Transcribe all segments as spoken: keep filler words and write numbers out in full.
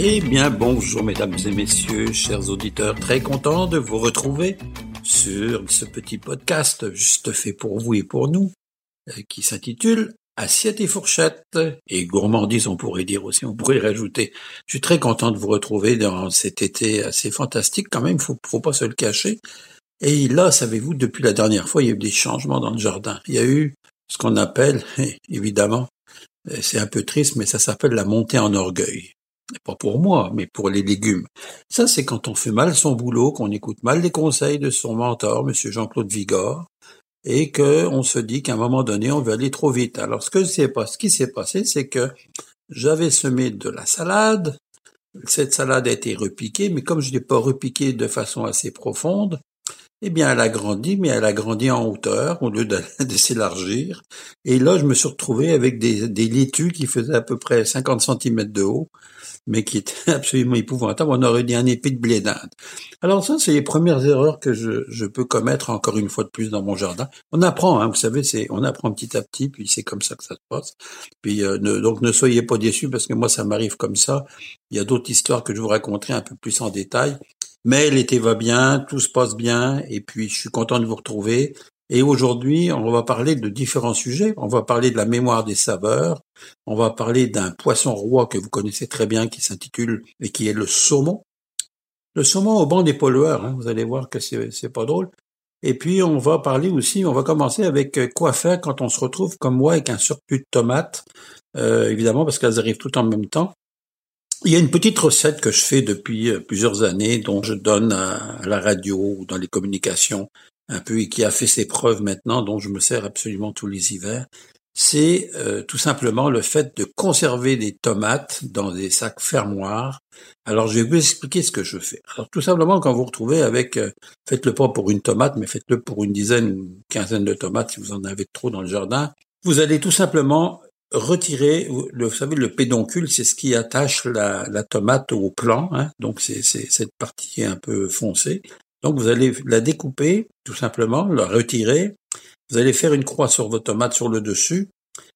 Eh bien, bonjour mesdames et messieurs, chers auditeurs, très content de vous retrouver sur ce petit podcast juste fait pour vous et pour nous, qui s'intitule Assiette et fourchette, et gourmandise on pourrait dire aussi, on pourrait rajouter. Je suis très content de vous retrouver dans cet été assez fantastique quand même, faut, faut pas se le cacher. Et là, savez-vous, depuis la dernière fois, il y a eu des changements dans le jardin. Il y a eu ce qu'on appelle, évidemment, c'est un peu triste, mais ça s'appelle la montée en orgueil. Pas pour moi, mais pour les légumes. Ça, c'est quand on fait mal son boulot, qu'on écoute mal les conseils de son mentor, monsieur Jean-Claude Vigor, et que on se dit qu'à un moment donné, on veut aller trop vite. Alors, ce que c'est pas, ce qui s'est passé, c'est que j'avais semé de la salade. Cette salade a été repiquée, mais comme je l'ai pas repiquée de façon assez profonde, eh bien, elle a grandi, mais elle a grandi en hauteur au lieu de, de s'élargir. Et là, je me suis retrouvé avec des, des laitues qui faisaient à peu près cinquante centimètres de haut, mais qui était absolument épouvantable. On aurait dit un épée de blé d'Inde. Alors ça, c'est les premières erreurs que je, je peux commettre encore une fois de plus dans mon jardin. On apprend, hein, vous savez, c'est on apprend petit à petit, puis c'est comme ça que ça se passe. Puis euh, ne, donc ne soyez pas déçus parce que moi, ça m'arrive comme ça. Il y a d'autres histoires que je vous raconterai un peu plus en détail. Mais l'été va bien, tout se passe bien, et puis je suis content de vous retrouver. Et aujourd'hui, on va parler de différents sujets. On va parler de la mémoire des saveurs. On va parler d'un poisson roi que vous connaissez très bien, qui s'intitule et qui est le saumon. Le saumon au banc des pollueurs. Hein, vous allez voir que c'est, c'est pas drôle. Et puis on va parler aussi. On va commencer avec quoi faire quand on se retrouve comme moi avec un surplus de tomates, euh, évidemment parce qu'elles arrivent toutes en même temps. Il y a une petite recette que je fais depuis plusieurs années, dont je donne à la radio ou dans les communications un peu, et qui a fait ses preuves maintenant, dont je me sers absolument tous les hivers. C'est euh, tout simplement le fait de conserver des tomates dans des sacs fermoirs. Alors je vais vous expliquer ce que je fais. Alors tout simplement, quand vous vous retrouvez avec, euh, faites-le pas pour une tomate, mais faites-le pour une dizaine ou une quinzaine de tomates si vous en avez trop dans le jardin. Vous allez tout simplement retirer, le, vous savez, le pédoncule, c'est ce qui attache la, la tomate au plant, hein, donc c'est, c'est cette partie un peu foncée. Donc vous allez la découper, tout simplement, la retirer, vous allez faire une croix sur vos tomates sur le dessus,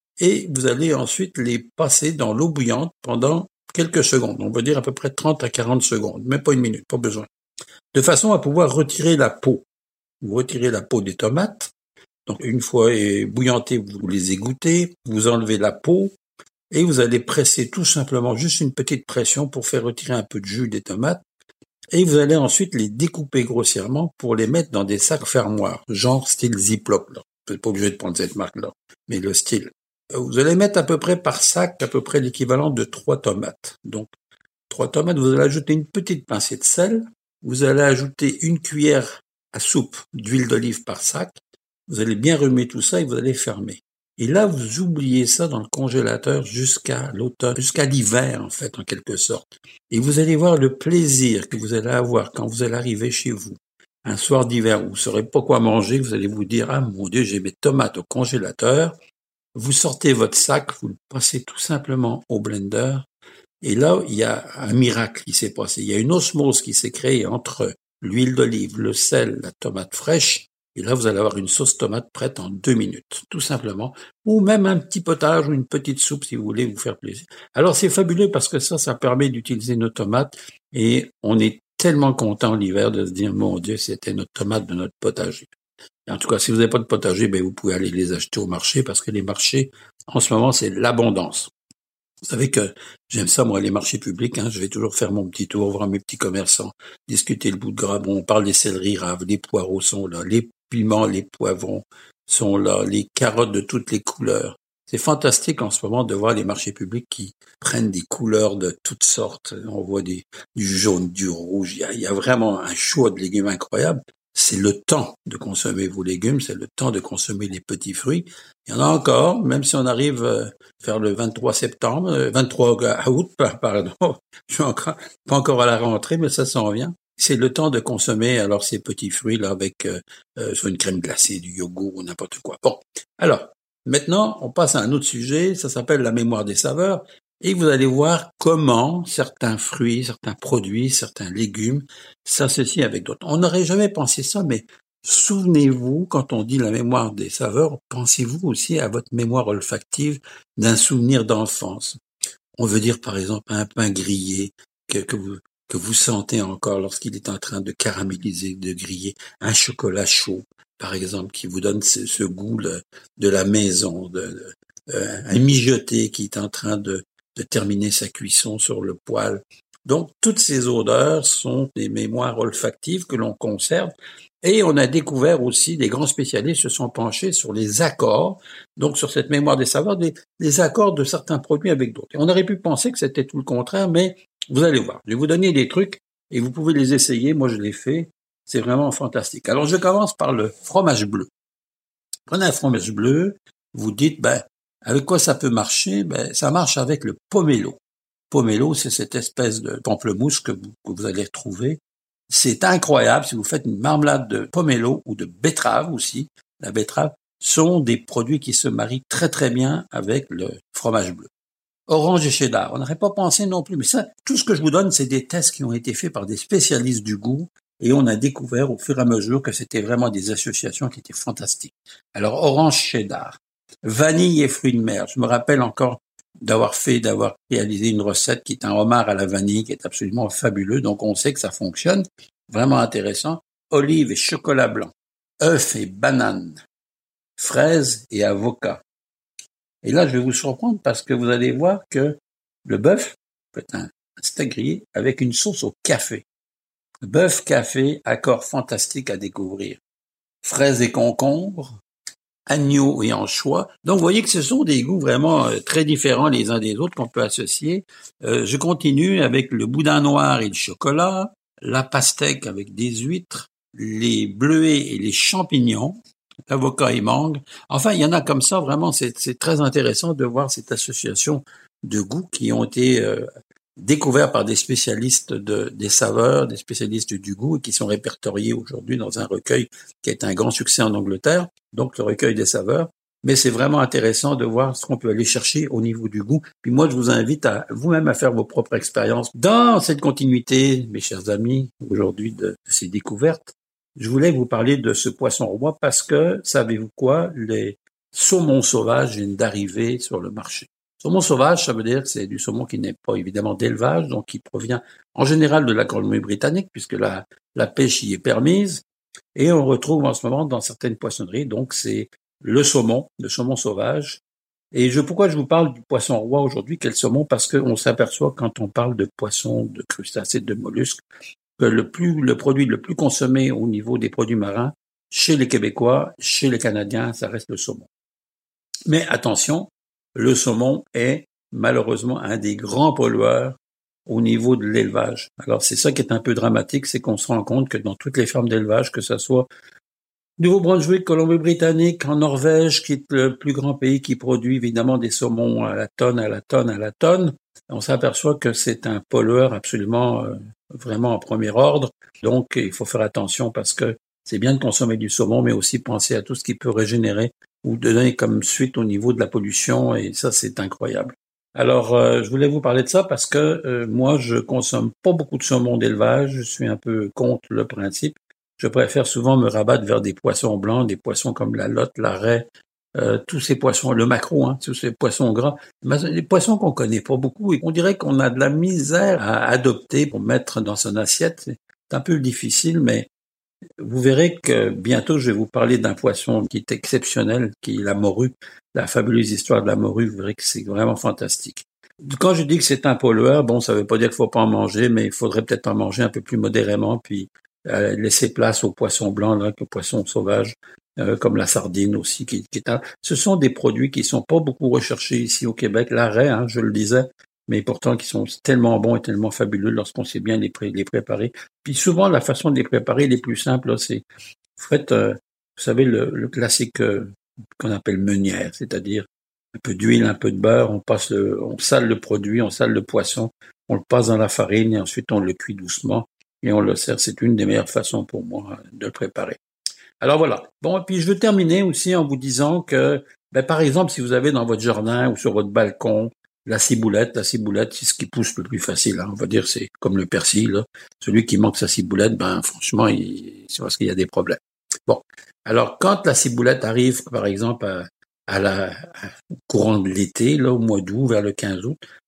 et vous allez ensuite les passer dans l'eau bouillante pendant quelques secondes, on va dire à peu près trente à quarante secondes, même pas une minute, pas besoin, de façon à pouvoir retirer la peau. Vous retirez la peau des tomates. Donc, une fois bouillantés, vous les égouttez, vous enlevez la peau et vous allez presser tout simplement juste une petite pression pour faire retirer un peu de jus des tomates. Et vous allez ensuite les découper grossièrement pour les mettre dans des sacs fermoirs, genre style Ziploc. Là. Vous n'êtes pas obligé de prendre cette marque-là, mais le style. Vous allez mettre à peu près par sac, à peu près l'équivalent de trois tomates. Donc, trois tomates, vous allez ajouter une petite pincée de sel. Vous allez ajouter une cuillère à soupe d'huile d'olive par sac. Vous allez bien remuer tout ça et vous allez fermer. Et là, vous oubliez ça dans le congélateur jusqu'à l'automne, jusqu'à l'hiver, en fait, en quelque sorte. Et vous allez voir le plaisir que vous allez avoir quand vous allez arriver chez vous, un soir d'hiver où vous ne saurez pas quoi manger, vous allez vous dire, ah mon Dieu, j'ai mes tomates au congélateur. Vous sortez votre sac, vous le passez tout simplement au blender. Et là, il y a un miracle qui s'est passé. Il y a une osmose qui s'est créée entre l'huile d'olive, le sel, la tomate fraîche. Et là, vous allez avoir une sauce tomate prête en deux minutes, tout simplement. Ou même un petit potage ou une petite soupe si vous voulez vous faire plaisir. Alors, c'est fabuleux parce que ça, ça permet d'utiliser nos tomates. Et on est tellement content l'hiver de se dire, mon Dieu, c'était notre tomate de notre potager. Et en tout cas, si vous n'avez pas de potager, ben, vous pouvez aller les acheter au marché parce que les marchés, en ce moment, c'est l'abondance. Vous savez que j'aime ça, moi, les marchés publics. Hein, je vais toujours faire mon petit tour, voir mes petits commerçants, discuter le bout de gras. Bon, on parle des céleris raves, les poireaux sont là, les piments, les poivrons sont là, les carottes de toutes les couleurs. C'est fantastique en ce moment de voir les marchés publics qui prennent des couleurs de toutes sortes. On voit des, du jaune, du rouge. Il y a, il y a vraiment un choix de légumes incroyable. C'est le temps de consommer vos légumes, c'est le temps de consommer les petits fruits. Il y en a encore, même si on arrive à faire le vingt-trois septembre, vingt-trois août, pardon, je suis encore, pas encore à la rentrée, mais ça s'en vient. C'est le temps de consommer alors ces petits fruits là avec euh, euh, soit une crème glacée, du yogourt ou n'importe quoi. Bon, alors maintenant on passe à un autre sujet, ça s'appelle la mémoire des saveurs. Et vous allez voir comment certains fruits, certains produits, certains légumes s'associent avec d'autres. On n'aurait jamais pensé ça, mais souvenez-vous, quand on dit la mémoire des saveurs, pensez-vous aussi à votre mémoire olfactive d'un souvenir d'enfance. On veut dire par exemple un pain grillé que, que vous que vous sentez encore lorsqu'il est en train de caraméliser, de griller, un chocolat chaud, par exemple, qui vous donne ce, ce goût là, de la maison, de, de euh, un mijoté qui est en train de, de terminer sa cuisson sur le poêle. Donc, toutes ces odeurs sont des mémoires olfactives que l'on conserve. Et on a découvert aussi, des grands spécialistes se sont penchés sur les accords, donc sur cette mémoire des saveurs, des, des accords de certains produits avec d'autres. Et on aurait pu penser que c'était tout le contraire, mais vous allez voir. Je vais vous donner des trucs et vous pouvez les essayer. Moi, je les fais. C'est vraiment fantastique. Alors, je commence par le fromage bleu. Prenez un fromage bleu, vous dites, ben, avec quoi ça peut marcher? Ben, ça marche avec le pomelo. Pomelo, c'est cette espèce de pamplemousse que vous, que vous allez retrouver. C'est incroyable si vous faites une marmelade de pomelo ou de betterave aussi. La betterave sont des produits qui se marient très très bien avec le fromage bleu. Orange et cheddar, on n'aurait pas pensé non plus, mais ça, tout ce que je vous donne, c'est des tests qui ont été faits par des spécialistes du goût et on a découvert au fur et à mesure que c'était vraiment des associations qui étaient fantastiques. Alors, orange cheddar, vanille et fruits de mer. Je me rappelle encore d'avoir fait, d'avoir réalisé une recette qui est un homard à la vanille, qui est absolument fabuleux. Donc, on sait que ça fonctionne. Vraiment intéressant. Olive et chocolat blanc. œufs et bananes. Fraises et avocat. Et là, je vais vous surprendre parce que vous allez voir que le bœuf peut être un steak grillé avec une sauce au café. Bœuf café, accord fantastique à découvrir. Fraises et concombres, agneau et anchois. Donc, vous voyez que ce sont des goûts vraiment euh, très différents les uns des autres qu'on peut associer. Euh, je continue avec le boudin noir et le chocolat, la pastèque avec des huîtres, les bleuets et les champignons, l'avocat et mangue. Enfin, il y en a comme ça, vraiment, c'est, c'est très intéressant de voir cette association de goûts qui ont été euh, découverts par des spécialistes de, des saveurs, des spécialistes du goût et qui sont répertoriés aujourd'hui dans un recueil qui est un grand succès en Angleterre, donc le recueil des saveurs. Mais c'est vraiment intéressant de voir ce qu'on peut aller chercher au niveau du goût. Puis moi, je vous invite à vous-même à faire vos propres expériences. Dans cette continuité, mes chers amis, aujourd'hui de, de ces découvertes, je voulais vous parler de ce poisson roi parce que, savez-vous quoi, les saumons sauvages viennent d'arriver sur le marché. Saumon sauvage, ça veut dire que c'est du saumon qui n'est pas évidemment d'élevage, donc qui provient en général de la Colombie-Britannique, puisque la, la pêche y est permise. Et on retrouve en ce moment dans certaines poissonneries, donc c'est le saumon, le saumon sauvage. Et je, pourquoi je vous parle du poisson roi aujourd'hui, quel saumon? Parce qu'on s'aperçoit quand on parle de poissons, de crustacés, de mollusques, que le plus, le produit le plus consommé au niveau des produits marins, chez les Québécois, chez les Canadiens, ça reste le saumon. Mais attention, le saumon est malheureusement un des grands pollueurs au niveau de l'élevage. Alors c'est ça qui est un peu dramatique, c'est qu'on se rend compte que dans toutes les fermes d'élevage, que ce soit Nouveau-Brunswick, Colombie-Britannique, en Norvège, qui est le plus grand pays qui produit évidemment des saumons à la tonne, à la tonne, à la tonne, on s'aperçoit que c'est un pollueur absolument, euh, vraiment en premier ordre. Donc il faut faire attention parce que c'est bien de consommer du saumon, mais aussi penser à tout ce qui peut régénérer ou donner comme suite au niveau de la pollution, et ça, c'est incroyable. Alors, euh, je voulais vous parler de ça parce que euh, moi, je consomme pas beaucoup de saumon d'élevage, je suis un peu contre le principe. Je préfère souvent me rabattre vers des poissons blancs, des poissons comme la lotte, la raie, euh, tous ces poissons, le maquereau, hein, tous ces poissons gras, des poissons qu'on connaît pas beaucoup et qu'on dirait qu'on a de la misère à adopter pour mettre dans son assiette. C'est un peu difficile, mais vous verrez que bientôt je vais vous parler d'un poisson qui est exceptionnel, qui est la morue, la fabuleuse histoire de la morue. Vous verrez que c'est vraiment fantastique. Quand je dis que c'est un pollueur, bon, ça veut pas dire qu'il faut pas en manger, mais il faudrait peut-être en manger un peu plus modérément, puis euh, laisser place aux poissons blancs, là, aux poissons sauvages, euh, comme la sardine aussi, qui, qui est un... Ce sont des produits qui sont pas beaucoup recherchés ici au Québec. La raie, hein, je le disais, mais pourtant qui sont tellement bons et tellement fabuleux lorsqu'on sait bien les, pré- les préparer. Puis souvent, la façon de les préparer les plus simple, là, c'est, vous faites, euh, vous savez, le, le classique euh, qu'on appelle meunière, c'est-à-dire un peu d'huile, un peu de beurre, on passe le, on sale le produit, on sale le poisson, on le passe dans la farine et ensuite on le cuit doucement et on le sert. C'est une des meilleures façons pour moi de le préparer. Alors voilà. Bon, et puis je veux terminer aussi en vous disant que, ben, par exemple, si vous avez dans votre jardin ou sur votre balcon la ciboulette, la ciboulette, c'est ce qui pousse le plus facile. Hein. On va dire c'est comme le persil. Là. Celui qui manque sa ciboulette, ben franchement, il, c'est parce qu'il y a des problèmes. Bon, alors quand la ciboulette arrive, par exemple, à, à la à, au courant de l'été, là, au mois d'août, vers le quinze août,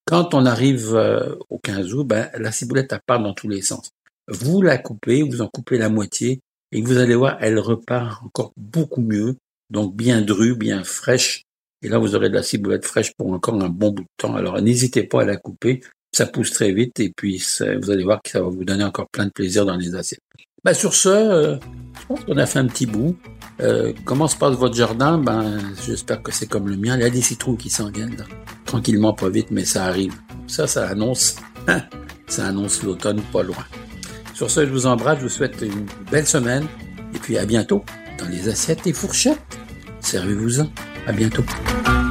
Quand on arrive euh, au quinze août, ben, la ciboulette, elle part dans tous les sens. Vous la coupez, vous en coupez la moitié, et vous allez voir, elle repart encore beaucoup mieux, donc bien drue, bien fraîche. Et là, vous aurez de la ciboulette fraîche pour encore un bon bout de temps. Alors, n'hésitez pas à la couper, ça pousse très vite, et puis ça, vous allez voir que ça va vous donner encore plein de plaisir dans les assiettes. Ben, sur ce, euh, je pense qu'on a fait un petit bout. Euh, comment se passe votre jardin? Ben, j'espère que c'est comme le mien. Il y a des citrouilles qui s'en viennent, là. Tranquillement, pas vite, mais ça arrive. Ça, ça annonce, ça annonce l'automne pas loin. Sur ce, je vous embrasse, je vous souhaite une belle semaine, et puis à bientôt dans les assiettes et fourchettes. Servez-vous-en. À bientôt.